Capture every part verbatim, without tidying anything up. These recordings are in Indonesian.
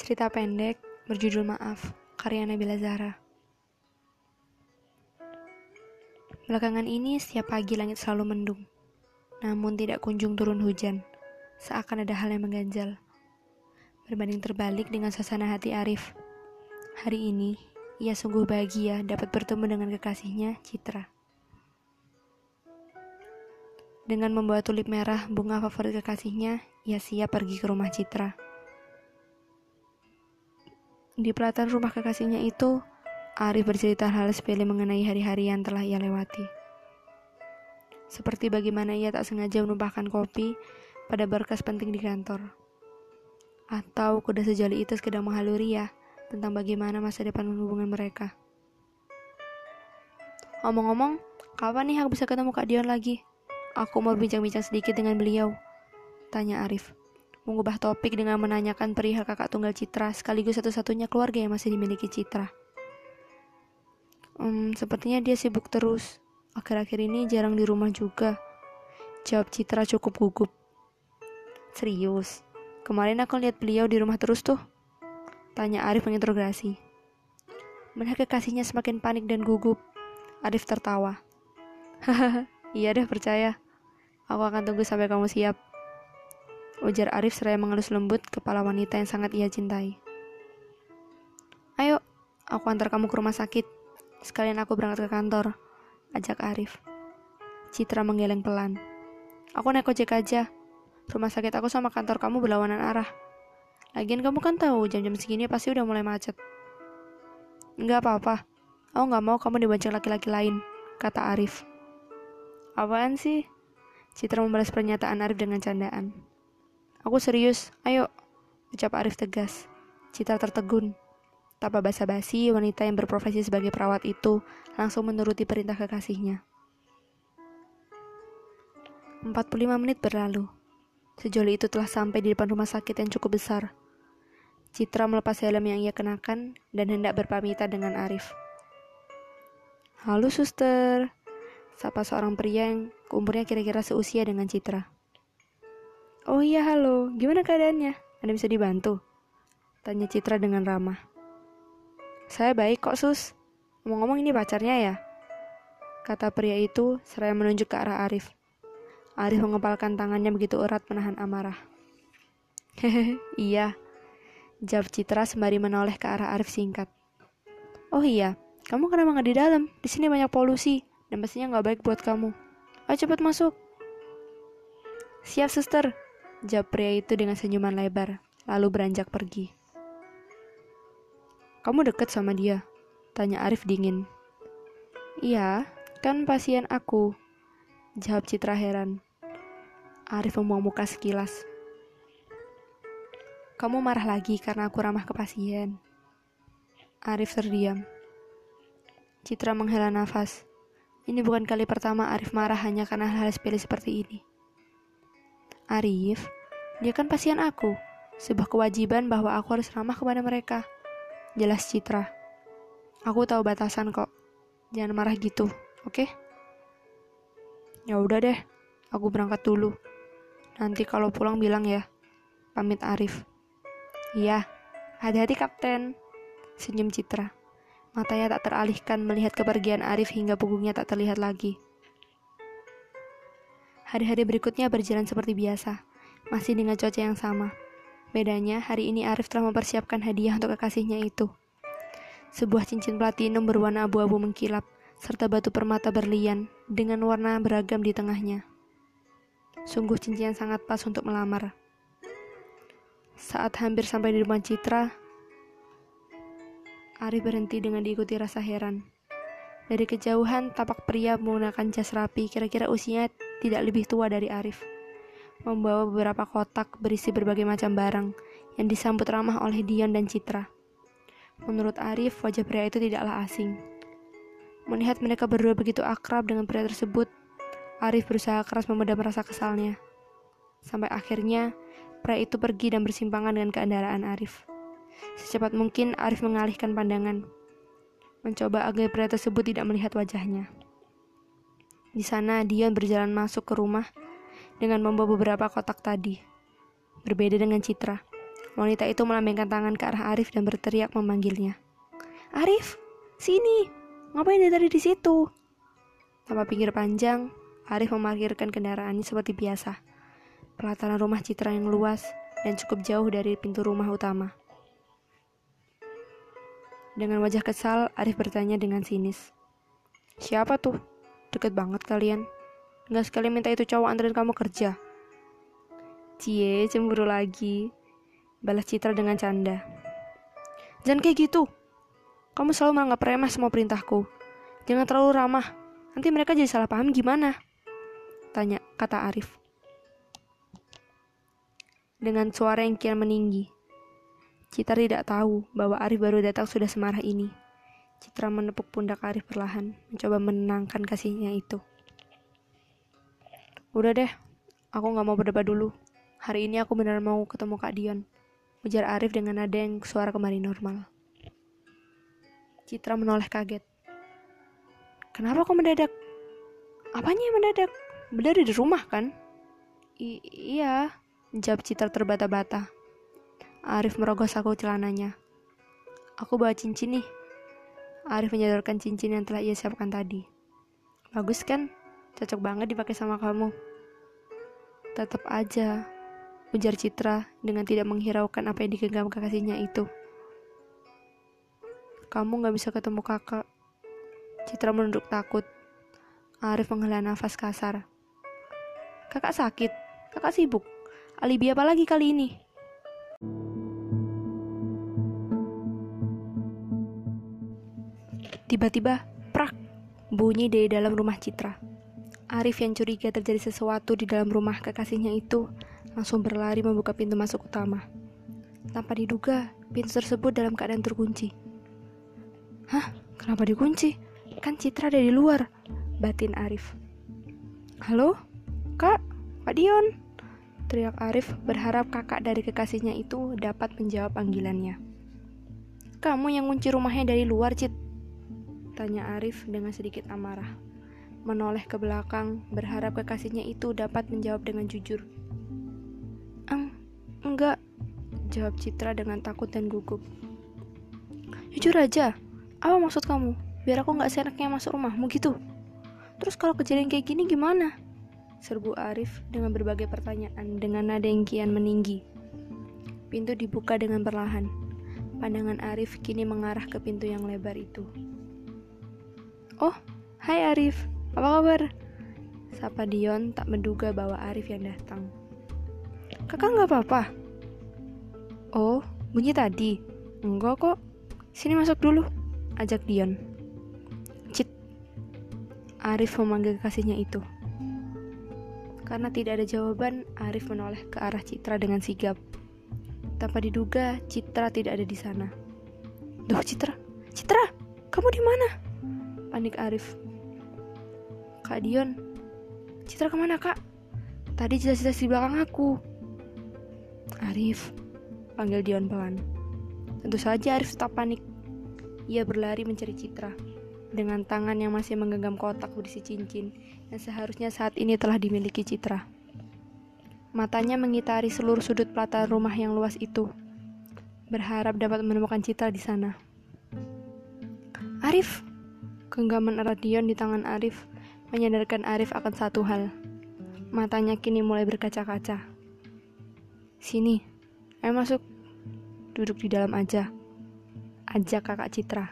Cerita pendek berjudul Maaf, karya Nabila Zahra. Belakangan ini setiap pagi langit selalu mendung, namun tidak kunjung turun hujan, seakan ada hal yang mengganjal. Berbanding terbalik dengan suasana hati Arif. Hari ini, ia sungguh bahagia dapat bertemu dengan kekasihnya, Citra. Dengan membawa tulip merah, bunga favorit kekasihnya, ia siap pergi ke rumah Citra. Di pelataran rumah kekasihnya itu, Arif bercerita hal sepele mengenai hari-hari yang telah ia lewati. Seperti bagaimana ia tak sengaja menumpahkan kopi pada berkas penting di kantor. Atau kuda sejoli itu sekedar menghaluri ia tentang bagaimana masa depan hubungan mereka. Omong-omong, kapan nih aku bisa ketemu Kak Dion lagi? Aku mau bincang-bincang sedikit dengan beliau, tanya Arif. Mengubah topik dengan menanyakan perihal kakak tunggal Citra sekaligus satu-satunya keluarga yang masih dimiliki Citra. Hmm, sepertinya dia sibuk terus. Akhir-akhir ini jarang di rumah juga. Jawab Citra cukup gugup. Serius? Kemarin aku lihat beliau di rumah terus tuh. Tanya Arif menginterogasi. Melihat kekasihnya semakin panik dan gugup, Arif tertawa. Hahaha, iya deh percaya. Aku akan tunggu sampai kamu siap. Ujar Arif seraya mengelus lembut kepala wanita yang sangat ia cintai. Ayo, aku antar kamu ke rumah sakit. Sekalian aku berangkat ke kantor, ajak Arif. Citra menggeleng pelan. Aku naik ojek aja. Rumah sakit aku sama kantor kamu berlawanan arah. Lagian kamu kan tahu jam-jam segini pasti udah mulai macet. Enggak apa-apa. Aku gak mau kamu dibonceng laki-laki lain, kata Arif. Apaan sih? Citra membalas pernyataan Arif dengan candaan. Aku serius, ayo, ucap Arif tegas. Citra tertegun. Tanpa basa-basi, wanita yang berprofesi sebagai perawat itu langsung menuruti perintah kekasihnya. empat puluh lima menit berlalu. Sejoli itu telah sampai di depan rumah sakit yang cukup besar. Citra melepas helm yang ia kenakan dan hendak berpamitan dengan Arif. Halo suster, sapa seorang pria yang umurnya kira-kira seusia dengan Citra. Oh iya halo, gimana keadaannya? Anda bisa dibantu? Tanya Citra dengan ramah. Saya baik kok sus. Ngomong-ngomong ini pacarnya ya? Kata pria itu seraya menunjuk ke arah Arif. Arif mengepalkan tangannya begitu erat menahan amarah. Hehehe, iya. Jawab Citra sembari menoleh ke arah Arif singkat. Oh iya, kamu kenapa nggak di dalam? Di sini banyak polusi dan pastinya nggak baik buat kamu. Ayo cepat masuk. Siap suster. Jawab pria itu dengan senyuman lebar, lalu beranjak pergi. Kamu dekat sama dia? Tanya Arif dingin. Iya, kan pasien aku. Jawab Citra heran. Arif membuang muka sekilas. Kamu marah lagi karena aku ramah ke pasien. Arif terdiam. Citra menghela nafas. Ini bukan kali pertama Arif marah hanya karena hal-hal sepele seperti ini. Arif, dia kan pasien aku. Sebuah kewajiban bahwa aku harus ramah kepada mereka. Jelas Citra. Aku tahu batasan kok. Jangan marah gitu, oke? Okay? Ya udah deh, aku berangkat dulu. Nanti kalau pulang bilang ya. Pamit Arif. Iya, hati-hati kapten. Senyum Citra. Matanya tak teralihkan melihat kepergian Arif hingga punggungnya tak terlihat lagi. Hari-hari berikutnya berjalan seperti biasa, masih dengan cuaca yang sama. Bedanya, hari ini Arif telah mempersiapkan hadiah untuk kekasihnya itu. Sebuah cincin platinum berwarna abu-abu mengkilap, serta batu permata berlian dengan warna beragam di tengahnya. Sungguh cincin yang sangat pas untuk melamar. Saat hampir sampai di rumah Citra, Arif berhenti dengan diikuti rasa heran. Dari kejauhan, tapak pria menggunakan jas rapi, kira-kira usianya tidak lebih tua dari Arif. Membawa beberapa kotak berisi berbagai macam barang yang disambut ramah oleh Dion dan Citra. Menurut Arif, wajah pria itu tidaklah asing. Melihat mereka berdua begitu akrab dengan pria tersebut, Arif berusaha keras memedam rasa kesalnya. Sampai akhirnya, pria itu pergi dan bersimpangan dengan kendaraan Arif. Secepat mungkin, Arif mengalihkan pandangan, mencoba agar pria tersebut tidak melihat wajahnya. Di sana, Dion berjalan masuk ke rumah dengan membawa beberapa kotak tadi. Berbeda dengan Citra, Wanita itu melambaikan tangan ke arah Arif dan berteriak memanggilnya. Arif, sini! Ngapain dia tadi di situ? Tanpa pikir panjang, Arif memarkirkan kendaraannya seperti biasa. Pelataran rumah Citra yang luas dan cukup jauh dari pintu rumah utama. Dengan wajah kesal, Arif bertanya dengan sinis. Siapa tuh? Deket banget kalian. Nggak sekali minta itu cowok anterin kamu kerja. Cie, cemburu lagi. Balas Citra dengan canda. Jangan kayak gitu. Kamu selalu menganggap remeh semua perintahku. Jangan terlalu ramah. Nanti mereka jadi salah paham gimana? Tanya, kata Arif. Dengan suara yang kian meninggi. Citra tidak tahu bahwa Arif baru datang sudah semarah ini. Citra menepuk pundak Arif perlahan, mencoba menenangkan kasihnya itu. Udah deh, aku gak mau berdebat dulu. Hari ini aku benar mau ketemu Kak Dion. Ujar Arif dengan nada yang suara kembali normal. Citra menoleh kaget. Kenapa kau mendadak? Apanya yang mendadak? Benar di rumah kan? I- iya, jawab Citra terbata-bata. Arif merogoh saku celananya. Aku bawa cincin nih. Arif menyodorkan cincin yang telah ia siapkan tadi. Bagus kan? Cocok banget dipakai sama kamu. Tetap aja, ujar Citra dengan tidak menghiraukan apa yang digenggam kekasihnya itu. Kamu gak bisa ketemu kakak. Citra menunduk takut. Arif menghela nafas kasar. Kakak sakit, kakak sibuk. Alibi apa lagi kali ini? Tiba-tiba, prak, bunyi dari dalam rumah Citra. Arif yang curiga terjadi sesuatu di dalam rumah kekasihnya itu langsung berlari membuka pintu masuk utama. Tanpa diduga, pintu tersebut dalam keadaan terkunci. Hah? Kenapa dikunci? Kan Citra ada di luar, batin Arif. Halo? Kak? Kak Dion? Teriak Arif berharap kakak dari kekasihnya itu dapat menjawab panggilannya. Kamu yang kunci rumahnya dari luar, Cit? Tanya Arif dengan sedikit amarah. Menoleh ke belakang, berharap kekasihnya itu dapat menjawab dengan jujur. Eng, enggak, jawab Citra dengan takut dan gugup. Jujur aja, apa maksud kamu? Biar aku gak seenaknya masuk rumahmu gitu. Terus kalau kejadian kayak gini gimana? Serbu Arif dengan berbagai pertanyaan dengan nada yang kian meninggi. Pintu dibuka dengan perlahan. Pandangan Arif kini mengarah ke pintu yang lebar itu. Oh, hai Arif. Apa kabar? Sapa Dion tak menduga bahwa Arif yang datang. Kakak gak apa-apa? Oh, bunyi tadi? Enggak kok. Sini masuk dulu, ajak Dion. Cit. Arif memanggil kekasihnya itu. Karena tidak ada jawaban, Arif menoleh ke arah Citra dengan sigap. Tanpa diduga, Citra tidak ada di sana. Duh, Citra. Citra, kamu di mana? Panik Arif. Kak Dion, Citra kemana kak? Tadi jelas-jelas di belakang aku. Arif, panggil Dion pelan. Tentu saja Arif tetap panik. Ia berlari mencari Citra dengan tangan yang masih menggenggam kotak berisi cincin yang seharusnya saat ini telah dimiliki Citra. Matanya mengitari seluruh sudut pelataran rumah yang luas itu, berharap dapat menemukan Citra di sana. Arif, genggaman erat Dion di tangan Arif menyadarkan Arif akan satu hal. Matanya kini mulai berkaca-kaca. Sini, ayo masuk. Duduk di dalam aja. Ajak kakak Citra.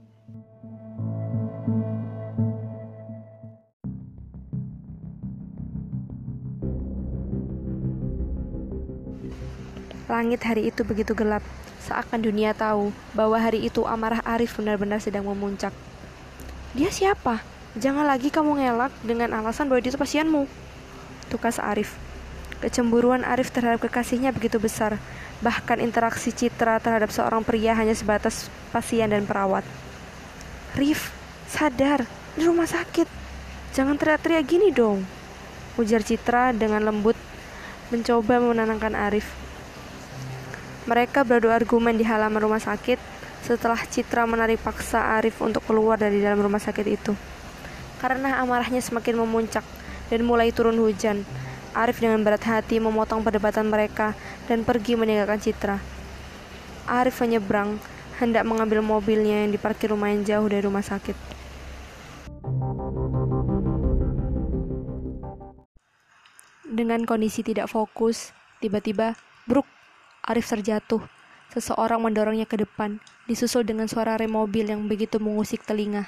Langit hari itu begitu gelap, seakan dunia tahu bahwa hari itu amarah Arif benar-benar sedang memuncak. Dia siapa? Jangan lagi kamu ngelak dengan alasan bahwa dia itu pasienmu. Tukas Arif. Kecemburuan Arif terhadap kekasihnya begitu besar. Bahkan interaksi Citra terhadap seorang pria hanya sebatas pasien dan perawat. Rif, sadar, di rumah sakit. Jangan teriak-teriak gini dong, ujar Citra dengan lembut, mencoba menenangkan Arif. Mereka beradu argumen di halaman rumah sakit setelah Citra menarik paksa Arif untuk keluar dari dalam rumah sakit itu. Karena amarahnya semakin memuncak dan mulai turun hujan, Arif dengan berat hati memotong perdebatan mereka dan pergi meninggalkan Citra. Arif menyeberang, hendak mengambil mobilnya yang diparkir lumayan jauh dari rumah sakit. Dengan kondisi tidak fokus, tiba-tiba, bruk, Arif terjatuh. Seseorang mendorongnya ke depan, disusul dengan suara rem mobil yang begitu mengusik telinga.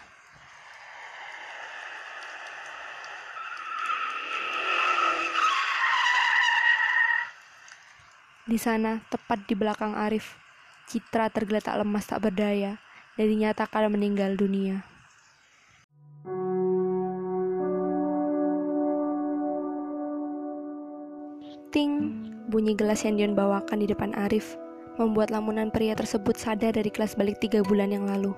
Di sana, tepat di belakang Arif, Citra tergeletak lemas tak berdaya dan dinyatakan meninggal dunia. Ting, bunyi gelas yang Dion bawakan di depan Arif membuat lamunan pria tersebut sadar dari kelas balik tiga bulan yang lalu.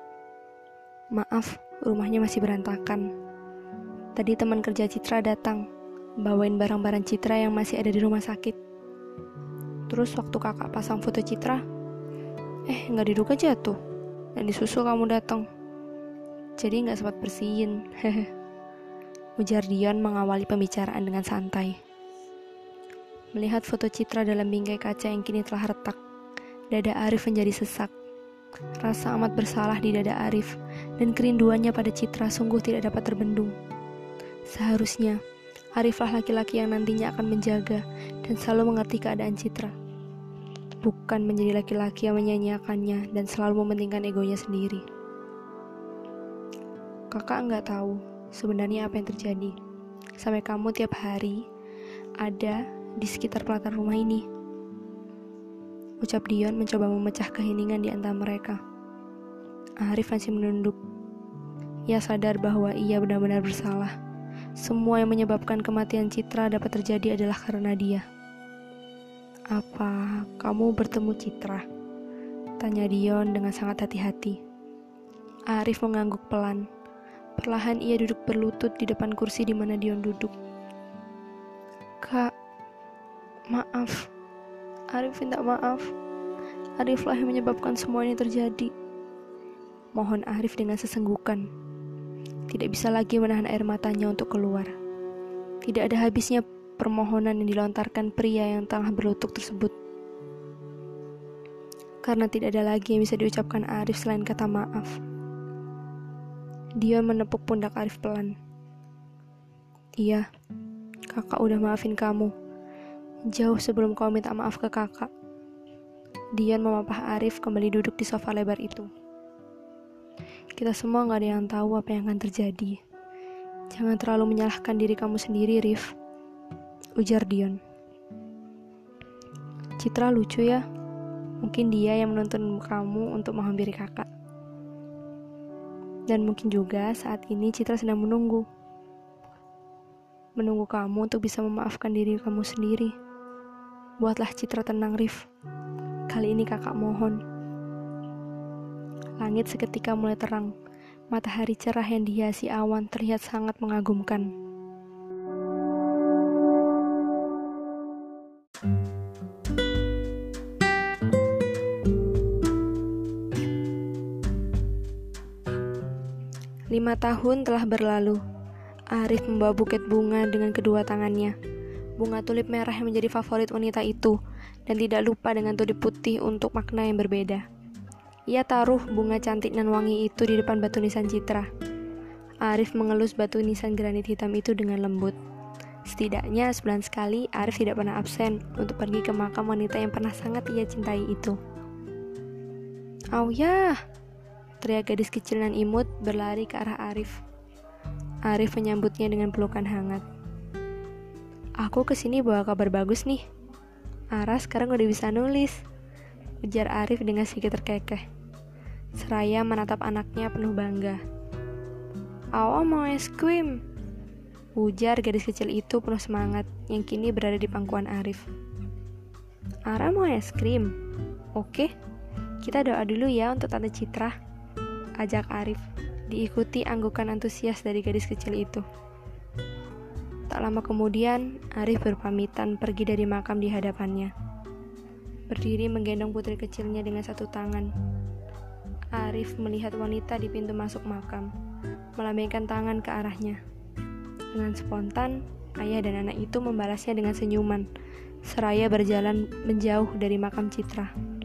Maaf, rumahnya masih berantakan. Tadi teman kerja Citra datang, bawain barang-barang Citra yang masih ada di rumah sakit. Terus waktu kakak pasang foto Citra, eh nggak diduga jatuh, dan disusul kamu datang. Jadi nggak sempat bersihin, hehe. Ujar Dion mengawali pembicaraan dengan santai. Melihat foto Citra dalam bingkai kaca yang kini telah retak, dada Arif menjadi sesak. Rasa amat bersalah di dada Arif dan kerinduannya pada Citra sungguh tidak dapat terbendung. Seharusnya Ariflah laki-laki yang nantinya akan menjaga dan selalu mengerti keadaan Citra, bukan menjadi laki-laki yang menyanyiakannya dan selalu mementingkan egonya sendiri. Kakak nggak tahu sebenarnya apa yang terjadi sampai kamu tiap hari ada di sekitar pelataran rumah ini, ucap Dion mencoba memecah keheningan di antara mereka. Arif masih menunduk. Ia sadar bahwa ia benar-benar bersalah. Semua yang menyebabkan kematian Citra dapat terjadi adalah karena dia. Apa kamu bertemu Citra? Tanya Dion dengan sangat hati-hati. Arif mengangguk pelan. Perlahan ia duduk berlutut di depan kursi di mana Dion duduk. Kak, maaf. Arif minta maaf. Ariflah yang menyebabkan semua ini terjadi. Mohon Arif dengan sesenggukan. Tidak bisa lagi menahan air matanya untuk keluar. Tidak ada habisnya permohonan yang dilontarkan pria yang tengah berlutut tersebut. Karena tidak ada lagi yang bisa diucapkan Arif selain kata maaf. Dion menepuk pundak Arif pelan. Iya, kakak udah maafin kamu. Jauh sebelum kau minta maaf ke kakak. Dion memapah Arif kembali duduk di sofa lebar itu. Kita semua gak ada yang tahu apa yang akan terjadi. Jangan terlalu menyalahkan diri kamu sendiri, Rif, ujar Dion. Citra lucu ya. Mungkin dia yang menuntun kamu untuk menghampiri kakak. Dan mungkin juga saat ini Citra sedang menunggu. Menunggu kamu untuk bisa memaafkan diri kamu sendiri. Buatlah Citra tenang, Rif. Kali ini kakak mohon. Langit seketika mulai terang. Matahari cerah yang dihiasi awan terlihat sangat mengagumkan. Lima tahun telah berlalu. Arif membawa buket bunga dengan kedua tangannya. Bunga tulip merah yang menjadi favorit wanita itu, dan tidak lupa dengan tulip putih untuk makna yang berbeda. Ia taruh bunga cantik dan wangi itu di depan batu nisan Citra. Arif mengelus batu nisan granit hitam itu dengan lembut. Setidaknya sebulan sekali Arif tidak pernah absen untuk pergi ke makam wanita yang pernah sangat ia cintai itu. Au ya! Teriak gadis kecil dan imut berlari ke arah Arif. Arif menyambutnya dengan pelukan hangat. Aku kesini bawa kabar bagus nih. Ara sekarang udah bisa nulis, ujar Arif dengan sedikit terkekeh. Seraya menatap anaknya penuh bangga. Awa mau es krim, ujar gadis kecil itu penuh semangat yang kini berada di pangkuan Arif. Ara mau es krim? Oke, kita doa dulu ya untuk Tante Citra, ajak Arif, diikuti anggukan antusias dari gadis kecil itu. Tak lama kemudian, Arif berpamitan pergi dari makam di hadapannya. Berdiri menggendong putri kecilnya dengan satu tangan. Arif melihat wanita di pintu masuk makam, melambaikan tangan ke arahnya. Dengan spontan, Ayah dan anak itu membalasnya dengan senyuman, seraya berjalan menjauh dari makam Citra.